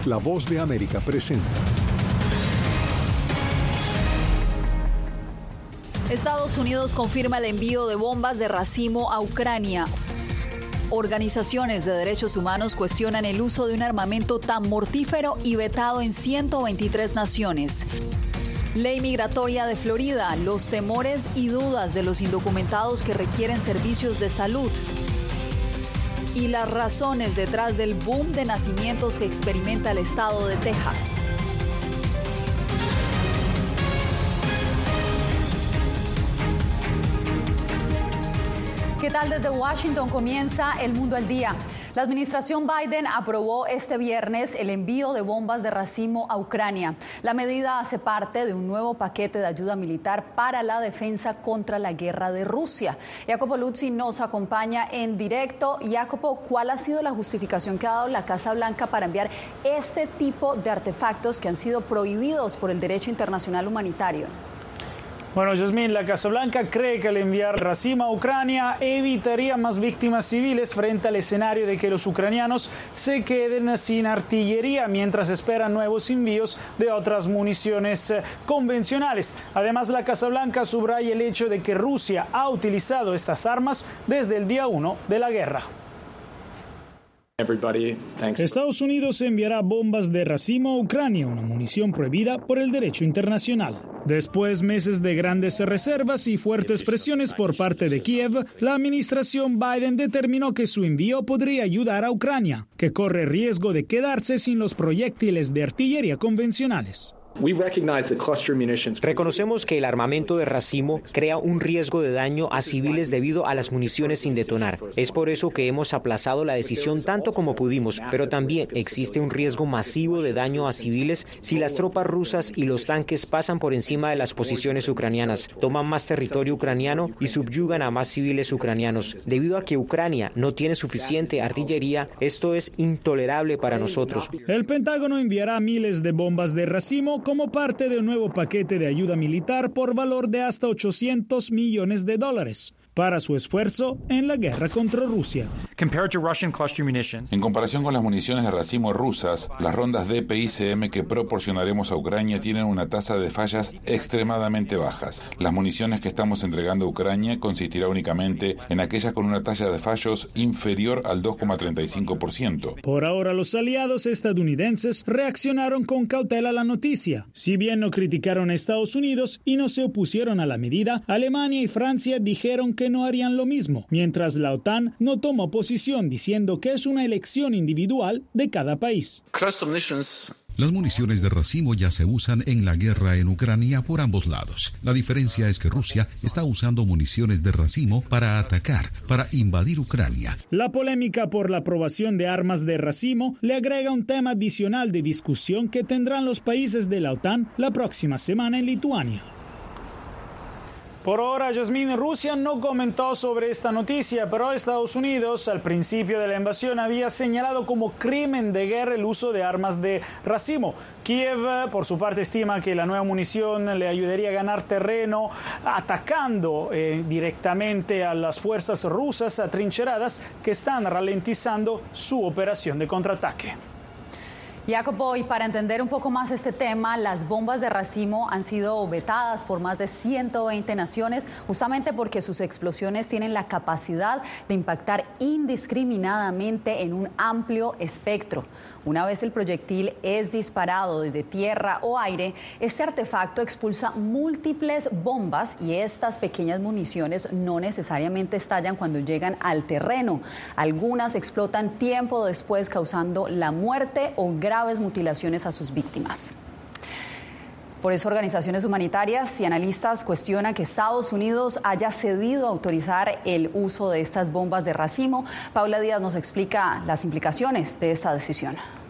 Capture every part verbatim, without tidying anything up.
La Voz de América presenta. Estados Unidos confirma el envío de bombas de racimo a Ucrania. Organizaciones de derechos humanos cuestionan el uso de un armamento tan mortífero y vetado en ciento veintitrés naciones. Ley migratoria de Florida, los temores y dudas de los indocumentados que requieren servicios de salud. Y las razones detrás del boom de nacimientos que experimenta el estado de Texas. ¿Qué tal? Desde Washington comienza El Mundo al Día. La administración Biden aprobó este viernes el envío de bombas de racimo a Ucrania. La medida hace parte de un nuevo paquete de ayuda militar para la defensa contra la guerra de Rusia. Jacopo Luzzi nos acompaña en directo. Jacopo, ¿cuál ha sido la justificación que ha dado la Casa Blanca para enviar este tipo de artefactos que han sido prohibidos por el derecho internacional humanitario? Bueno, Yasmín, la Casa Blanca cree que al enviar racimo a Ucrania evitaría más víctimas civiles frente al escenario de que los ucranianos se queden sin artillería mientras esperan nuevos envíos de otras municiones convencionales. Además, la Casa Blanca subraya el hecho de que Rusia ha utilizado estas armas desde el día uno de la guerra. Estados Unidos enviará bombas de racimo a Ucrania, una munición prohibida por el derecho internacional. Después meses de grandes reservas y fuertes presiones por parte de Kiev, la administración Biden determinó que su envío podría ayudar a Ucrania, que corre riesgo de quedarse sin los proyectiles de artillería convencionales. Reconocemos que el armamento de racimo crea un riesgo de daño a civiles debido a las municiones sin detonar. Es por eso que hemos aplazado la decisión tanto como pudimos, pero también existe un riesgo masivo de daño a civiles si las tropas rusas y los tanques pasan por encima de las posiciones ucranianas, toman más territorio ucraniano y subyugan a más civiles ucranianos. Debido a que Ucrania no tiene suficiente artillería, esto es intolerable para nosotros. El Pentágono enviará miles de bombas de racimo como parte de un nuevo paquete de ayuda militar por valor de hasta ochocientos millones de dólares para su esfuerzo en la guerra contra Rusia. En comparación con las municiones de racimo rusas, las rondas D P I C M que proporcionaremos a Ucrania tienen una tasa de fallas extremadamente bajas. Las municiones que estamos entregando a Ucrania consistirá únicamente en aquellas con una talla de fallos inferior al dos coma treinta y cinco por ciento. Por ahora, los aliados estadounidenses reaccionaron con cautela a la noticia. Si bien no criticaron a Estados Unidos y no se opusieron a la medida, Alemania y Francia dijeron que no harían lo mismo, mientras la OTAN no tomó posición diciendo que es una elección individual de cada país. Las municiones de racimo ya se usan en la guerra en Ucrania por ambos lados. La diferencia es que Rusia está usando municiones de racimo para atacar, para invadir Ucrania. La polémica por la aprobación de armas de racimo le agrega un tema adicional de discusión que tendrán los países de la OTAN la próxima semana en Lituania. Por ahora, Yasmín, Rusia no comentó sobre esta noticia, pero Estados Unidos al principio de la invasión había señalado como crimen de guerra el uso de armas de racimo. Kiev, por su parte, estima que la nueva munición le ayudaría a ganar terreno atacando eh, directamente a las fuerzas rusas atrincheradas que están ralentizando su operación de contraataque. Jacopo, y para entender un poco más este tema, las bombas de racimo han sido vetadas por más de ciento veinte naciones, justamente porque sus explosiones tienen la capacidad de impactar indiscriminadamente en un amplio espectro. Una vez el proyectil es disparado desde tierra o aire, este artefacto expulsa múltiples bombas y estas pequeñas municiones no necesariamente estallan cuando llegan al terreno. Algunas explotan tiempo después, causando la muerte o graves mutilaciones a sus víctimas. Por eso, organizaciones humanitarias y analistas cuestionan que Estados Unidos haya cedido a autorizar el uso de estas bombas de racimo. Paula Díaz nos explica las implicaciones de esta decisión.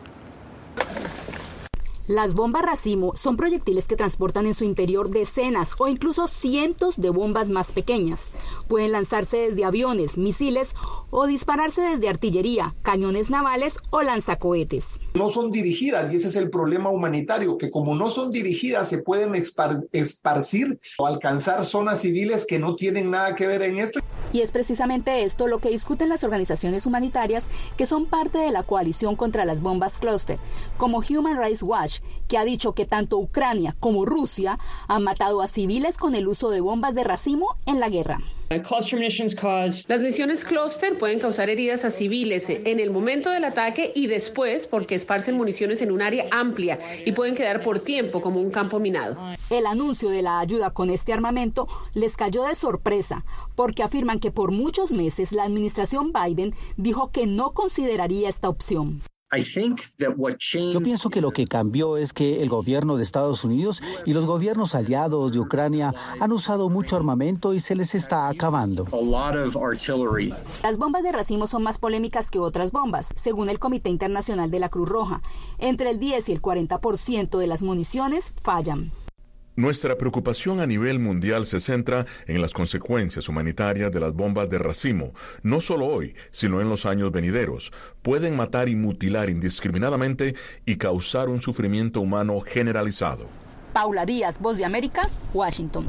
Las bombas racimo son proyectiles que transportan en su interior decenas o incluso cientos de bombas más pequeñas. Pueden lanzarse desde aviones, misiles o dispararse desde artillería, cañones navales o lanzacohetes. No son dirigidas y ese es el problema humanitario, que como no son dirigidas se pueden espar- esparcir o alcanzar zonas civiles que no tienen nada que ver en esto. Y es precisamente esto lo que discuten las organizaciones humanitarias que son parte de la coalición contra las bombas clúster, como Human Rights Watch, que ha dicho que tanto Ucrania como Rusia han matado a civiles con el uso de bombas de racimo en la guerra. Las misiones clúster pueden causar heridas a civiles en el momento del ataque y después porque esparcen municiones en un área amplia y pueden quedar por tiempo como un campo minado. El anuncio de la ayuda con este armamento les cayó de sorpresa porque afirman que por muchos meses la administración Biden dijo que no consideraría esta opción. Yo pienso que lo que cambió es que el gobierno de Estados Unidos y los gobiernos aliados de Ucrania han usado mucho armamento y se les está acabando. Las bombas de racimo son más polémicas que otras bombas, según el Comité Internacional de la Cruz Roja. Entre el diez y el cuarenta por ciento de las municiones fallan. Nuestra preocupación a nivel mundial se centra en las consecuencias humanitarias de las bombas de racimo, no solo hoy, sino en los años venideros. Pueden matar y mutilar indiscriminadamente y causar un sufrimiento humano generalizado. Paula Díaz, Voz de América, Washington.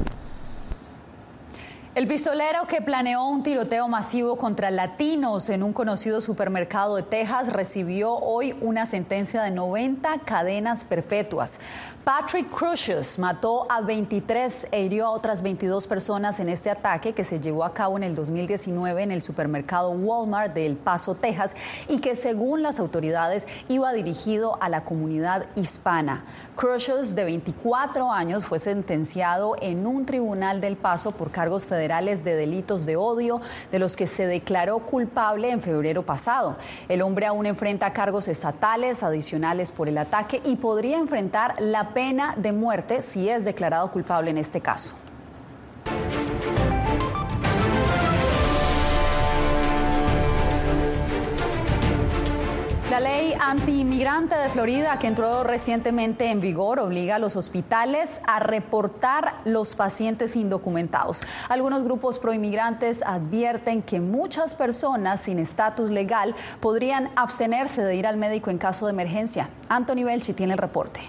El pistolero que planeó un tiroteo masivo contra latinos en un conocido supermercado de Texas recibió hoy una sentencia de noventa cadenas perpetuas. Patrick Crusius mató a veintitrés e hirió a otras veintidós personas en este ataque que se llevó a cabo en el dos mil diecinueve en el supermercado Walmart de El Paso, Texas, y que según las autoridades iba dirigido a la comunidad hispana. Crusius, de veinticuatro años, fue sentenciado en un tribunal del Paso por cargos federales de delitos de odio, de los que se declaró culpable en febrero pasado. El hombre aún enfrenta cargos estatales adicionales por el ataque y podría enfrentar la pena de muerte si es declarado culpable en este caso. La ley antiinmigrante de Florida, que entró recientemente en vigor, obliga a los hospitales a reportar los pacientes indocumentados. Algunos grupos proinmigrantes advierten que muchas personas sin estatus legal podrían abstenerse de ir al médico en caso de emergencia. Anthony Belchi tiene el reporte.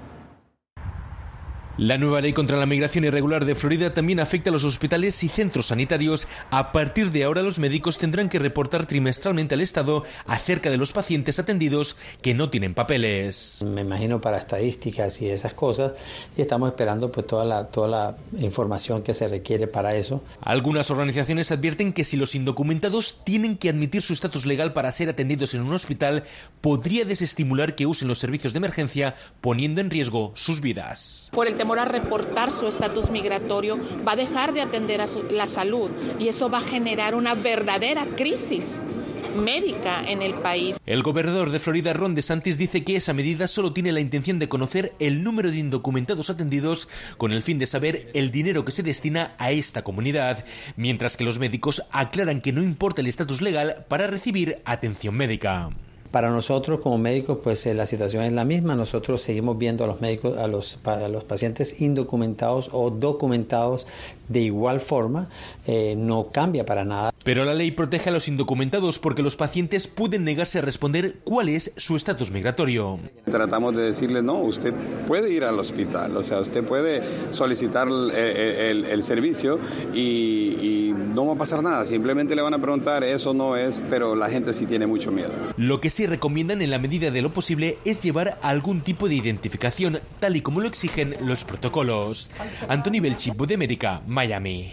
La nueva ley contra la migración irregular de Florida también afecta a los hospitales y centros sanitarios. A partir de ahora, los médicos tendrán que reportar trimestralmente al Estado acerca de los pacientes atendidos que no tienen papeles. Me imagino para estadísticas y esas cosas, y estamos esperando pues toda la, toda la información que se requiere para eso. Algunas organizaciones advierten que si los indocumentados tienen que admitir su estatus legal para ser atendidos en un hospital, podría desestimular que usen los servicios de emergencia, poniendo en riesgo sus vidas. Por el temor a reportar su estatus migratorio, va a dejar de atender a su, la salud, y eso va a generar una verdadera crisis médica en el país. El gobernador de Florida, Ron DeSantis, dice que esa medida solo tiene la intención de conocer el número de indocumentados atendidos con el fin de saber el dinero que se destina a esta comunidad, mientras que los médicos aclaran que no importa el estatus legal para recibir atención médica. Para nosotros como médicos, pues eh, la situación es la misma. Nosotros seguimos viendo a los médicos, a los, a los pacientes indocumentados o documentados de igual forma. Eh, no cambia para nada. Pero la ley protege a los indocumentados porque los pacientes pueden negarse a responder cuál es su estatus migratorio. Tratamos de decirle, no, usted puede ir al hospital, o sea, usted puede solicitar el, el, el servicio y, y no va a pasar nada. Simplemente le van a preguntar, eso no es, pero la gente sí tiene mucho miedo. Lo que sí recomiendan en la medida de lo posible es llevar algún tipo de identificación, tal y como lo exigen los protocolos. Anthony Belchi, Voz de América, Miami.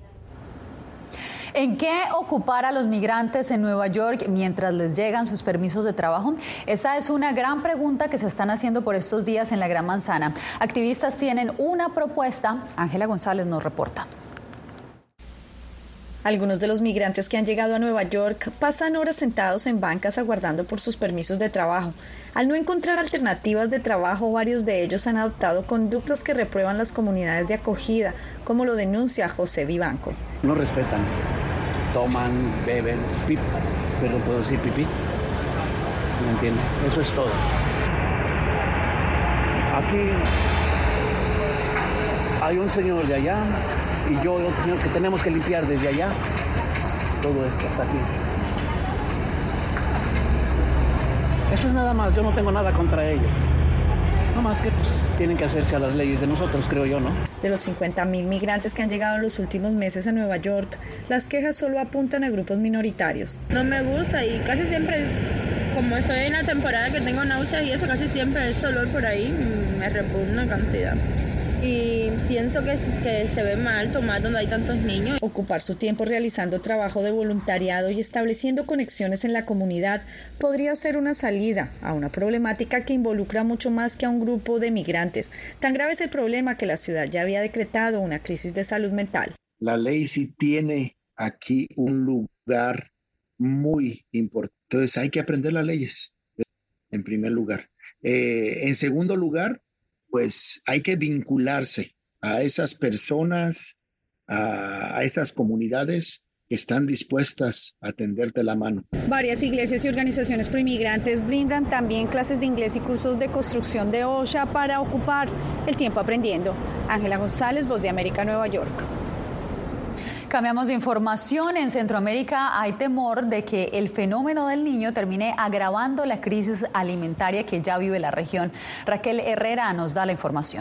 ¿En qué ocupar a los migrantes en Nueva York mientras les llegan sus permisos de trabajo? Esa es una gran pregunta que se están haciendo por estos días en la Gran Manzana. Activistas tienen una propuesta. Ángela González nos reporta. Algunos de los migrantes que han llegado a Nueva York pasan horas sentados en bancas aguardando por sus permisos de trabajo. Al no encontrar alternativas de trabajo, varios de ellos han adoptado conductas que reprueban las comunidades de acogida, como lo denuncia José Vivanco. No respetan, toman, beben, pip, perdón, puedo decir pipí, ¿me entiende? Eso es todo. Aquí hay un señor de allá y yo otro señor que tenemos que limpiar desde allá todo esto hasta aquí. Eso es nada más, yo no tengo nada contra ellos. No más que pues, tienen que hacerse a las leyes de nosotros, creo yo, ¿no? De los cincuenta mil migrantes que han llegado en los últimos meses a Nueva York, las quejas solo apuntan a grupos minoritarios. No me gusta y casi siempre, como estoy en la temporada que tengo náuseas y eso, casi siempre ese olor por ahí me repugna cantidad. Y pienso que, que se ve mal tomar donde hay tantos niños. Ocupar su tiempo realizando trabajo de voluntariado y estableciendo conexiones en la comunidad podría ser una salida a una problemática que involucra mucho más que a un grupo de migrantes. Tan grave es el problema que la ciudad ya había decretado una crisis de salud mental. La ley sí tiene aquí un lugar muy importante. Entonces hay que aprender las leyes, en primer lugar. Eh, en segundo lugar, pues hay que vincularse a esas personas, a, a esas comunidades que están dispuestas a tenderte la mano. Varias iglesias y organizaciones proinmigrantes brindan también clases de inglés y cursos de construcción de O S H A para ocupar el tiempo aprendiendo. Ángela González, Voz de América, Nueva York. Cambiamos de información. En Centroamérica hay temor de que el fenómeno del Niño termine agravando la crisis alimentaria que ya vive la región. Raquel Herrera nos da la información.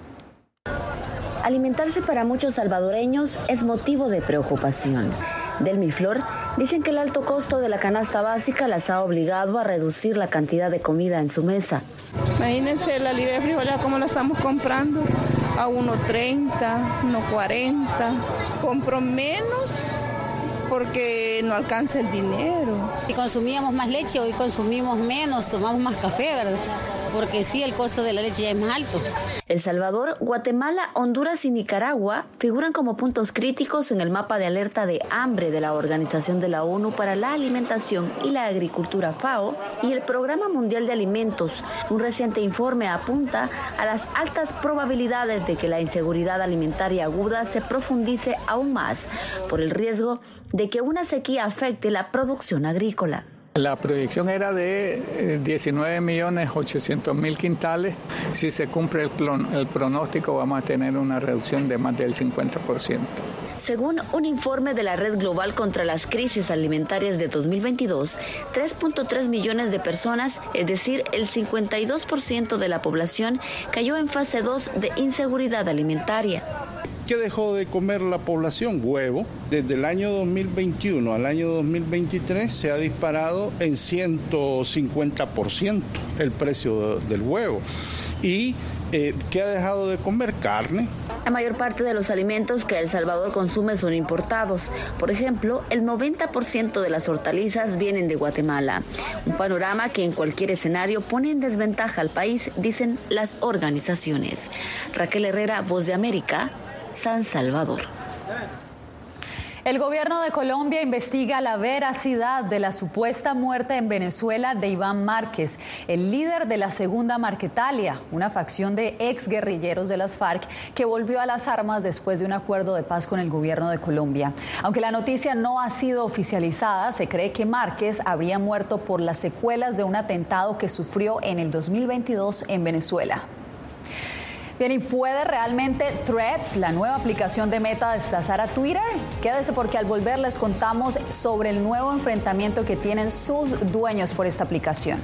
Alimentarse para muchos salvadoreños es motivo de preocupación. Delmi Flor dicen que el alto costo de la canasta básica las ha obligado a reducir la cantidad de comida en su mesa. Imagínense la libra de frijoles como la estamos comprando, a uno treinta, uno cuarenta. Compro menos porque no alcanza el dinero. Si consumíamos más leche, hoy consumimos menos, tomamos más café, ¿verdad? Porque sí, el costo de la leche ya es más alto. El Salvador, Guatemala, Honduras y Nicaragua figuran como puntos críticos en el mapa de alerta de hambre de la Organización de la ONU para la Alimentación y la Agricultura FAO y el Programa Mundial de Alimentos. Un reciente informe apunta a las altas probabilidades de que la inseguridad alimentaria aguda se profundice aún más por el riesgo de que una sequía afecte la producción agrícola. La proyección era de diecinueve millones ochocientos mil quintales. Si se cumple el, plon, el pronóstico, vamos a tener una reducción de más del cincuenta por ciento. Según un informe de la Red Global contra las Crisis Alimentarias de dos mil veintidós, tres punto tres millones de personas, es decir, el cincuenta y dos por ciento de la población, cayó en fase dos de inseguridad alimentaria. ¿Qué dejó de comer la población? Huevo. Desde el año dos mil veintiuno al año dos mil veintitrés se ha disparado en ciento cincuenta por ciento el precio de, del huevo. Y eh, ¿qué ha dejado de comer? Carne. La mayor parte de los alimentos que El Salvador consume son importados. Por ejemplo, el noventa por ciento de las hortalizas vienen de Guatemala. Un panorama que en cualquier escenario pone en desventaja al país, dicen las organizaciones. Raquel Herrera, Voz de América, San Salvador. El gobierno de Colombia investiga la veracidad de la supuesta muerte en Venezuela de Iván Márquez, el líder de la Segunda Marquetalia, una facción de exguerrilleros de las FARC que volvió a las armas después de un acuerdo de paz con el gobierno de Colombia. Aunque la noticia no ha sido oficializada, se cree que Márquez habría muerto por las secuelas de un atentado que sufrió en el dos mil veintidós en Venezuela. Bien, ¿y puede realmente Threads, la nueva aplicación de Meta, desplazar a Twitter? Quédese porque al volver les contamos sobre el nuevo enfrentamiento que tienen sus dueños por esta aplicación.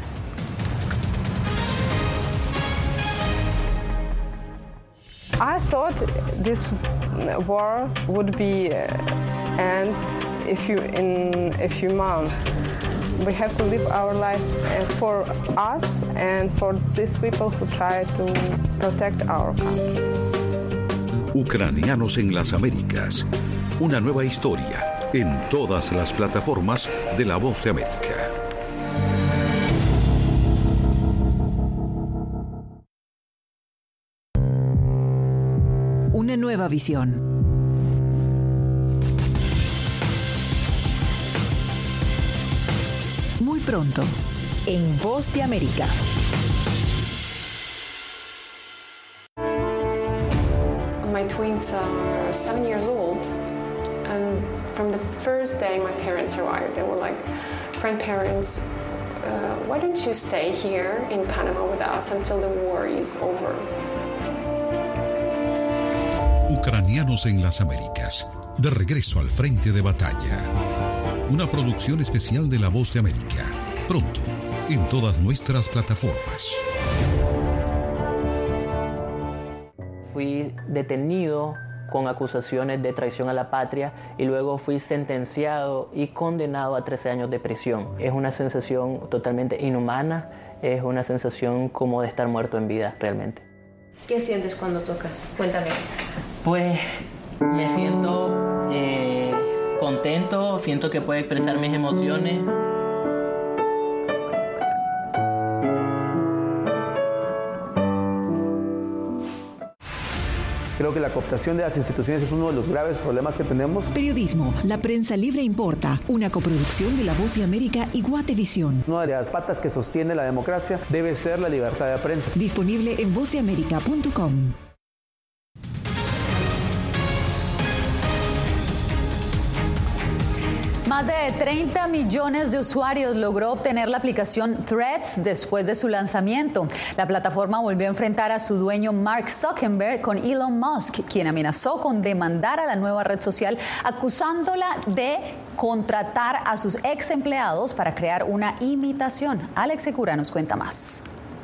I thought this war would be uh, end if you in a few months. We have to live our life for us and for these people who try to protect our country. Ucranianos en las Américas. Una nueva historia en todas las plataformas de La Voz de América. Una nueva visión. Muy pronto, en Voz de América. My twins are seven years old, and from the first day my parents arrived, they were like, grandparents, uh, why don't you stay here in Panama with us until the war is over? Ucranianos en las Américas, de regreso al frente de batalla. Una producción especial de La Voz de América. Pronto, en todas nuestras plataformas. Fui detenido con acusaciones de traición a la patria y luego fui sentenciado y condenado a trece años de prisión. Es una sensación totalmente inhumana, es una sensación como de estar muerto en vida realmente. ¿Qué sientes cuando tocas? Cuéntame. Pues me siento eh, contento, siento que puedo expresar mis emociones. Creo que la cooptación de las instituciones es uno de los graves problemas que tenemos. Periodismo, la prensa libre importa, una coproducción de La Voz de América y Guatevisión. Una de las patas que sostiene la democracia debe ser la libertad de prensa. Disponible en voz de américa punto com. Más de treinta millones de usuarios logró obtener la aplicación Threads después de su lanzamiento. La plataforma volvió a enfrentar a su dueño Mark Zuckerberg con Elon Musk, quien amenazó con demandar a la nueva red social, acusándola de contratar a sus ex empleados para crear una imitación. Alex Secura nos cuenta más.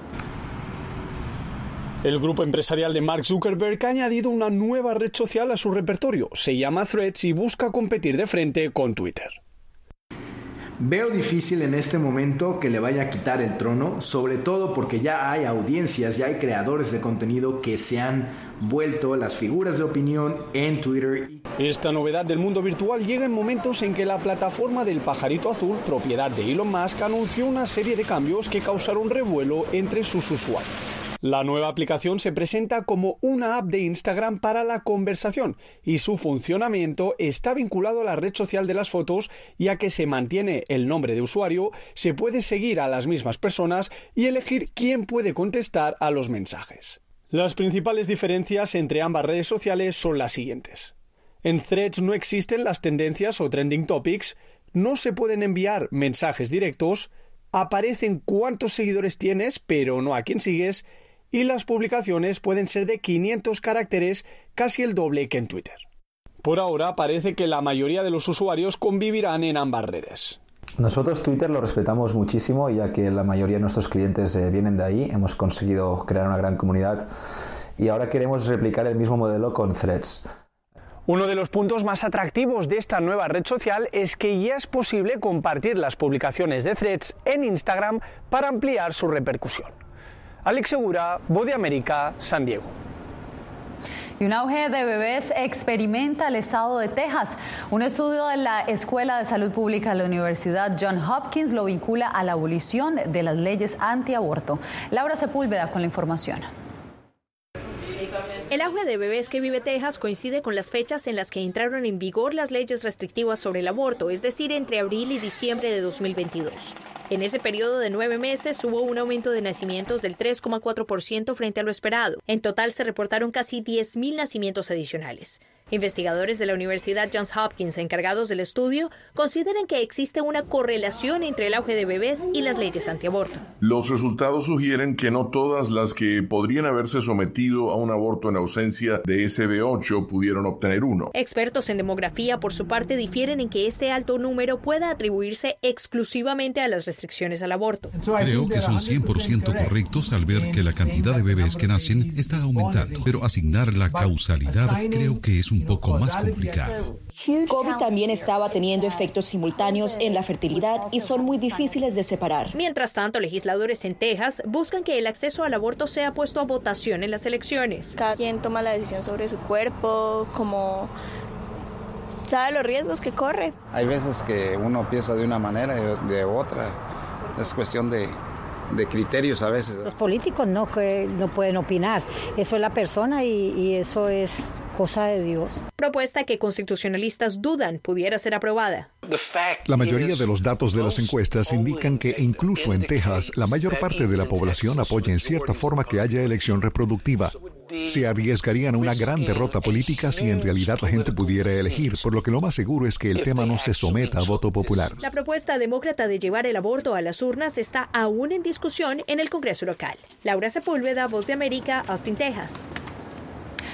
El grupo empresarial de Mark Zuckerberg ha añadido una nueva red social a su repertorio. Se llama Threads y busca competir de frente con Twitter. Veo difícil en este momento que le vaya a quitar el trono, sobre todo porque ya hay audiencias, ya hay creadores de contenido que se han vuelto las figuras de opinión en Twitter. Esta novedad del mundo virtual llega en momentos en que la plataforma del pajarito azul, propiedad de Elon Musk, anunció una serie de cambios que causaron revuelo entre sus usuarios. La nueva aplicación se presenta como una app de Instagram para la conversación y su funcionamiento está vinculado a la red social de las fotos, ya que se mantiene el nombre de usuario, se puede seguir a las mismas personas y elegir quién puede contestar a los mensajes. Las principales diferencias entre ambas redes sociales son las siguientes. En Threads no existen las tendencias o trending topics, no se pueden enviar mensajes directos, aparecen cuántos seguidores tienes pero no a quién sigues, y las publicaciones pueden ser de quinientos caracteres, casi el doble que en Twitter. Por ahora parece que la mayoría de los usuarios convivirán en ambas redes. Nosotros Twitter lo respetamos muchísimo, ya que la mayoría de nuestros clientes eh, vienen de ahí. Hemos conseguido crear una gran comunidad y ahora queremos replicar el mismo modelo con Threads. Uno de los puntos más atractivos de esta nueva red social es que ya es posible compartir las publicaciones de Threads en Instagram para ampliar su repercusión. Alex Segura, Voz de América, San Diego. Y un auge de bebés experimenta el estado de Texas. Un estudio de la Escuela de Salud Pública de la Universidad Johns Hopkins lo vincula a la abolición de las leyes antiaborto. Laura Sepúlveda con la información. El auge de bebés que vive Texas coincide con las fechas en las que entraron en vigor las leyes restrictivas sobre el aborto, es decir, entre abril y diciembre de dos mil veintidós. En ese periodo de nueve meses hubo un aumento de nacimientos del tres coma cuatro por ciento frente a lo esperado. En total se reportaron casi diez mil nacimientos adicionales. Investigadores de la Universidad Johns Hopkins encargados del estudio consideran que existe una correlación entre el auge de bebés y las leyes antiaborto. Los resultados sugieren que no todas las que podrían haberse sometido a un aborto en ausencia de S B ocho pudieron obtener uno. Expertos en demografía, por su parte, difieren en que este alto número pueda atribuirse exclusivamente a las restricciones al aborto. Creo que son cien por ciento correctos al ver que la cantidad de bebés que nacen está aumentando, pero asignar la causalidad creo que es un un poco más complicado. COVID también estaba teniendo efectos simultáneos en la fertilidad y son muy difíciles de separar. Mientras tanto, legisladores en Texas buscan que el acceso al aborto sea puesto a votación en las elecciones. Cada quien toma la decisión sobre su cuerpo, como sabe los riesgos que corre. Hay veces que uno piensa de una manera y de otra. Es cuestión de... de criterios a veces. Los políticos no, que no pueden opinar. Eso es la persona y, y eso es cosa de Dios. Propuesta que constitucionalistas dudan pudiera ser aprobada. La mayoría de los datos de las encuestas indican que incluso en Texas la mayor parte de la población apoya en cierta forma que haya elección reproductiva. Se arriesgarían a una gran derrota política si en realidad la gente pudiera elegir, por lo que lo más seguro es que el tema no se someta a voto popular. La propuesta demócrata de llevar el aborto a las urnas está aún en discusión en el Congreso local. Laura Sepúlveda, Voz de América, Austin, Texas.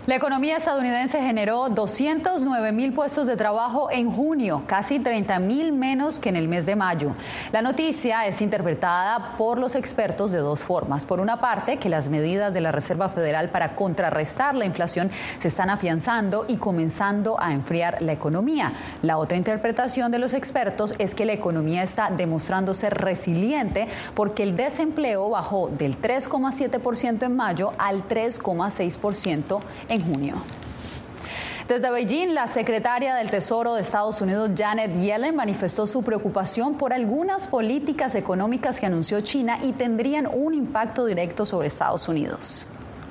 La economía estadounidense generó doscientos nueve mil puestos de trabajo en junio, casi treinta mil menos que en el mes de mayo. La noticia es interpretada por los expertos de dos formas. Por una parte, que las medidas de la Reserva Federal para contrarrestar la inflación se están afianzando y comenzando a enfriar la economía. La otra interpretación de los expertos es que la economía está demostrando ser resiliente porque el desempleo bajó del tres coma siete por ciento en mayo al tres coma seis por ciento en junio. Desde Beijing, la secretaria del Tesoro de Estados Unidos, Janet Yellen, manifestó su preocupación por algunas políticas económicas que anunció China y tendrían un impacto directo sobre Estados Unidos.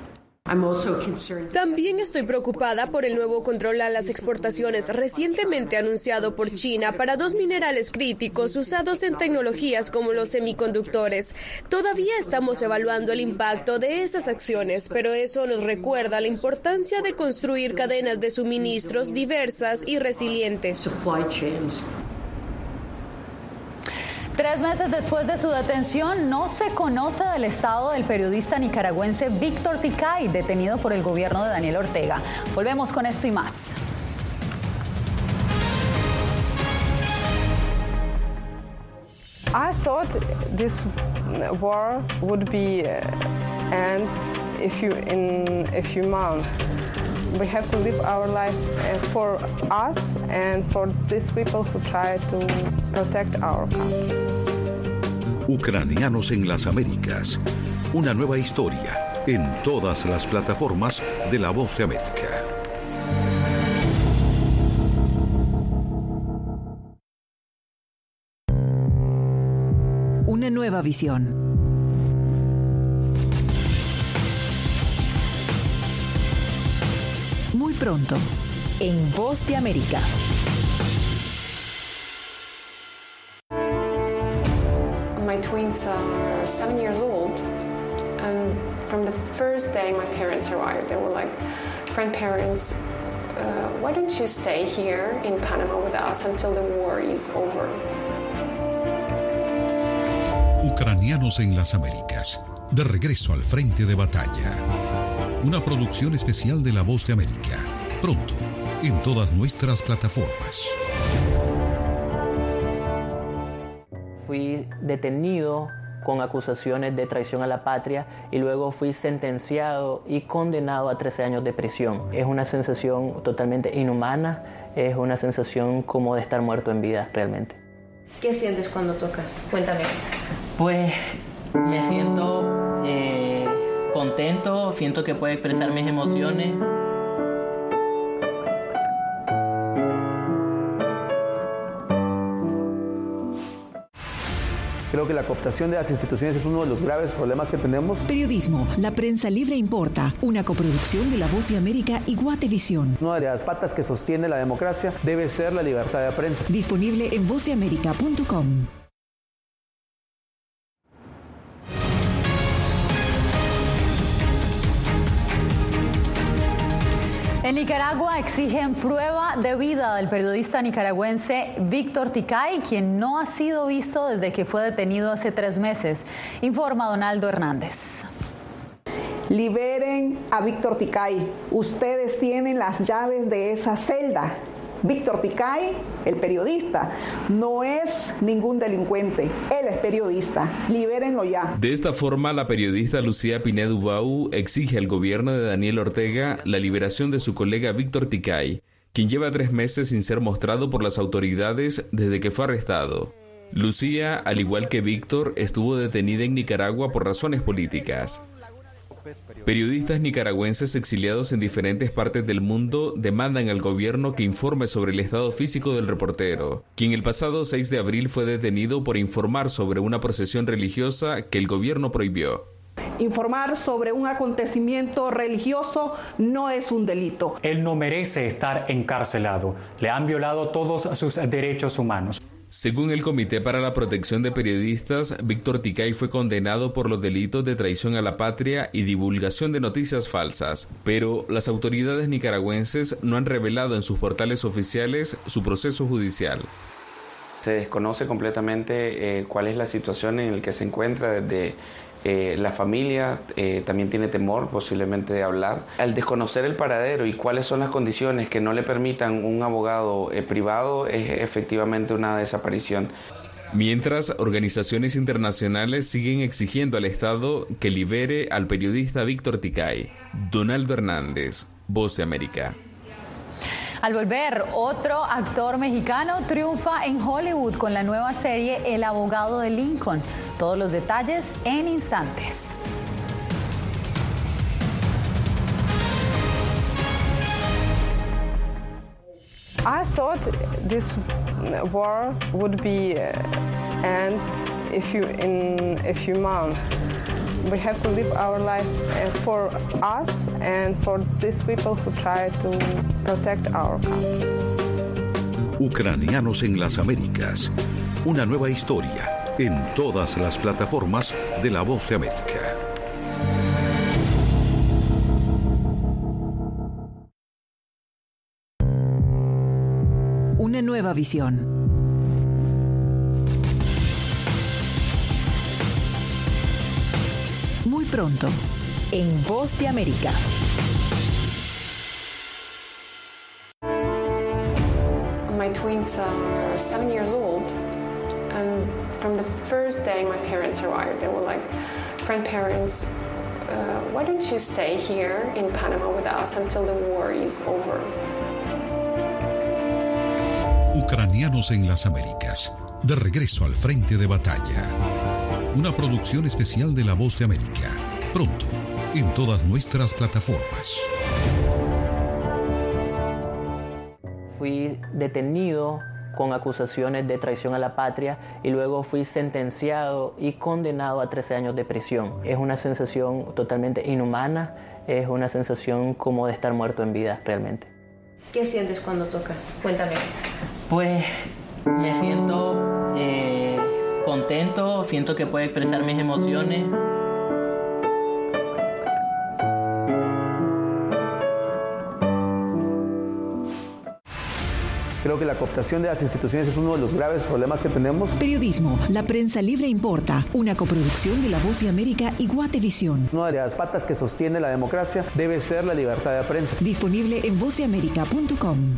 También estoy preocupada por el nuevo control a las exportaciones recientemente anunciado por China para dos minerales críticos usados en tecnologías como los semiconductores. Todavía estamos evaluando el impacto de esas acciones, pero eso nos recuerda la importancia de construir cadenas de suministros diversas y resilientes. Tres meses después de su detención, no se conoce del estado del periodista nicaragüense Víctor Ticay, detenido por el gobierno de Daniel Ortega. Volvemos con esto y más. I thought this war would be uh, end if you in a few months. We have to live our life uh, for us and for these people who try to protect our country. Ucranianos en las Américas. Una nueva historia en todas las plataformas de La Voz de América. Una nueva visión. Muy pronto, en Voz de América. My twins are seven years old, and from the first day my parents arrived, they were like, grandparents, uh, why don't you stay here in Panama with us until the war is over? Ucranianos en las Américas, de regreso al frente de batalla. Una producción especial de La Voz de América. Pronto, en todas nuestras plataformas. Fui detenido con acusaciones de traición a la patria y luego fui sentenciado y condenado a trece años de prisión. Es una sensación totalmente inhumana, es una sensación como de estar muerto en vida realmente. ¿Qué sientes cuando tocas? Cuéntame. Pues me siento eh, contento, siento que puedo expresar mis emociones. Creo que la cooptación de las instituciones es uno de los graves problemas que tenemos. Periodismo, la prensa libre importa, una coproducción de La Voz de América y Guatevisión. Una de las patas que sostiene la democracia debe ser la libertad de prensa. Disponible en voz de américa punto com. En Nicaragua exigen prueba de vida del periodista nicaragüense Víctor Ticay, quien no ha sido visto desde que fue detenido hace tres meses. Informa Donaldo Hernández. Liberen a Víctor Ticay. Ustedes tienen las llaves de esa celda. Víctor Ticay, el periodista, no es ningún delincuente. Él es periodista. Libérenlo ya. De esta forma, la periodista Lucía Pinedo Ubau exige al gobierno de Daniel Ortega la liberación de su colega Víctor Ticay, quien lleva tres meses sin ser mostrado por las autoridades desde que fue arrestado. Lucía, al igual que Víctor, estuvo detenida en Nicaragua por razones políticas. Periodistas nicaragüenses exiliados en diferentes partes del mundo demandan al gobierno que informe sobre el estado físico del reportero, quien el pasado seis de abril fue detenido por informar sobre una procesión religiosa que el gobierno prohibió. Informar sobre un acontecimiento religioso no es un delito. Él no merece estar encarcelado. Le han violado todos sus derechos humanos. Según el Comité para la Protección de Periodistas, Víctor Ticay fue condenado por los delitos de traición a la patria y divulgación de noticias falsas, pero las autoridades nicaragüenses no han revelado en sus portales oficiales su proceso judicial. Se desconoce completamente eh, cuál es la situación en la que se encuentra desde Eh, la familia eh, también tiene temor posiblemente de hablar. Al desconocer el paradero y cuáles son las condiciones que no le permitan un abogado eh, privado, es efectivamente una desaparición. Mientras, organizaciones internacionales siguen exigiendo al Estado que libere al periodista Víctor Ticay. Donaldo Hernández, Voz de América. Al volver, otro actor mexicano triunfa en Hollywood con la nueva serie El abogado de Lincoln. Todos los detalles en instantes. I thought this war would be uh, end if you in a few months. We have to live our life uh, for us and for these people who try to protect our country. Ucranianos en las Américas. Una nueva historia en todas las plataformas de La Voz de América. Una nueva visión. Muy pronto, en Voz de América. My twins are seven years old, and from the first day my parents arrived, they were like, grandparents, uh, why don't you stay here in Panama with us until the war is over? Ucranianos en las Américas, de regreso al frente de batalla. Una producción especial de La Voz de América. Pronto, en todas nuestras plataformas. Fui detenido con acusaciones de traición a la patria y luego fui sentenciado y condenado a trece años de prisión. Es una sensación totalmente inhumana, es una sensación como de estar muerto en vida realmente. ¿Qué sientes cuando tocas? Cuéntame. Pues me siento eh, contento, siento que puedo expresar mis emociones. Creo que la cooptación de las instituciones es uno de los graves problemas que tenemos. Periodismo, la prensa libre importa, una coproducción de La Voz de América y Guatevisión. Una de las patas que sostiene la democracia debe ser la libertad de prensa. Disponible en voz de américa punto com.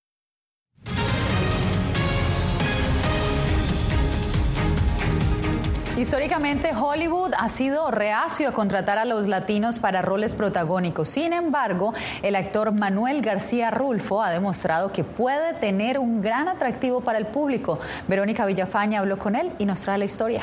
Históricamente, Hollywood ha sido reacio a contratar a los latinos para roles protagónicos. Sin embargo, el actor Manuel García Rulfo ha demostrado que puede tener un gran atractivo para el público. Verónica Villafaña habló con él y nos trae la historia.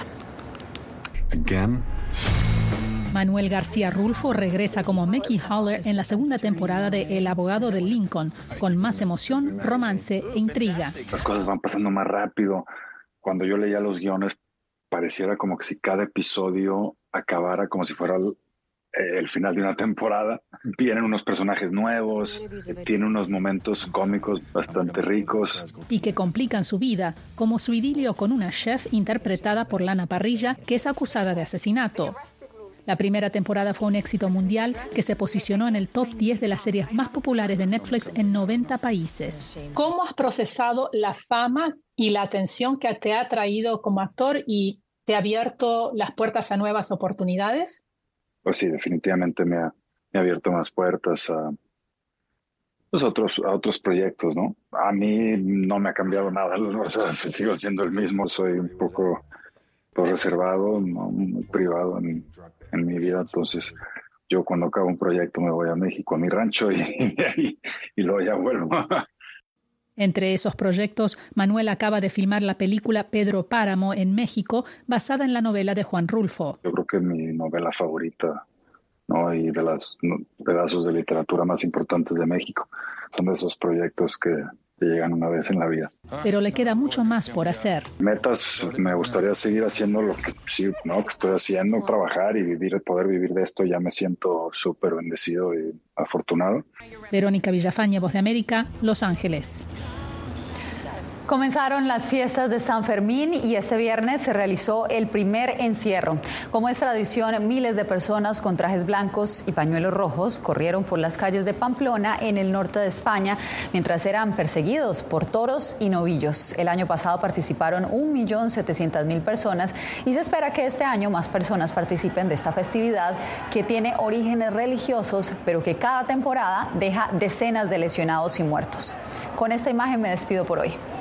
Again. Manuel García Rulfo regresa como Mickey Haller en la segunda temporada de El abogado de Lincoln, con más emoción, romance e intriga. Las cosas van pasando más rápido. Cuando yo leía los guiones, pareciera como que si cada episodio acabara como si fuera el, eh, el final de una temporada. Vienen unos personajes nuevos, tiene unos momentos cómicos bastante ricos. Y que complican su vida, como su idilio con una chef interpretada por Lana Parrilla, que es acusada de asesinato. La primera temporada fue un éxito mundial que se posicionó en el top diez de las series más populares de Netflix en noventa países. ¿Cómo has procesado la fama y la atención que te ha traído como actor y te ha abierto las puertas a nuevas oportunidades? Pues sí, definitivamente me ha, me ha abierto más puertas a, pues otros, a otros proyectos, ¿no? A mí no me ha cambiado nada, o sea, sigo siendo el mismo, soy un poco pues, reservado, ¿no? Muy privado en, en mi vida, entonces yo cuando acabo un proyecto me voy a México, a mi rancho y, y, y luego ya vuelvo. Entre esos proyectos, Manuel acaba de filmar la película Pedro Páramo en México, basada en la novela de Juan Rulfo. Yo creo que es mi novela favorita, ¿no? Y de los no, pedazos de literatura más importantes de México. Son de esos proyectos que te llegan una vez en la vida. Pero le queda mucho más por hacer. Metas, me gustaría seguir haciendo lo que, sí, ¿no? que estoy haciendo, trabajar y vivir, poder vivir de esto. Ya me siento súper bendecido y afortunado. Verónica Villafaña, Voz de América, Los Ángeles. Comenzaron las fiestas de San Fermín y este viernes se realizó el primer encierro. Como es tradición, miles de personas con trajes blancos y pañuelos rojos corrieron por las calles de Pamplona en el norte de España mientras eran perseguidos por toros y novillos. El año pasado participaron un millón setecientas mil personas y se espera que este año más personas participen de esta festividad que tiene orígenes religiosos, pero que cada temporada deja decenas de lesionados y muertos. Con esta imagen me despido por hoy.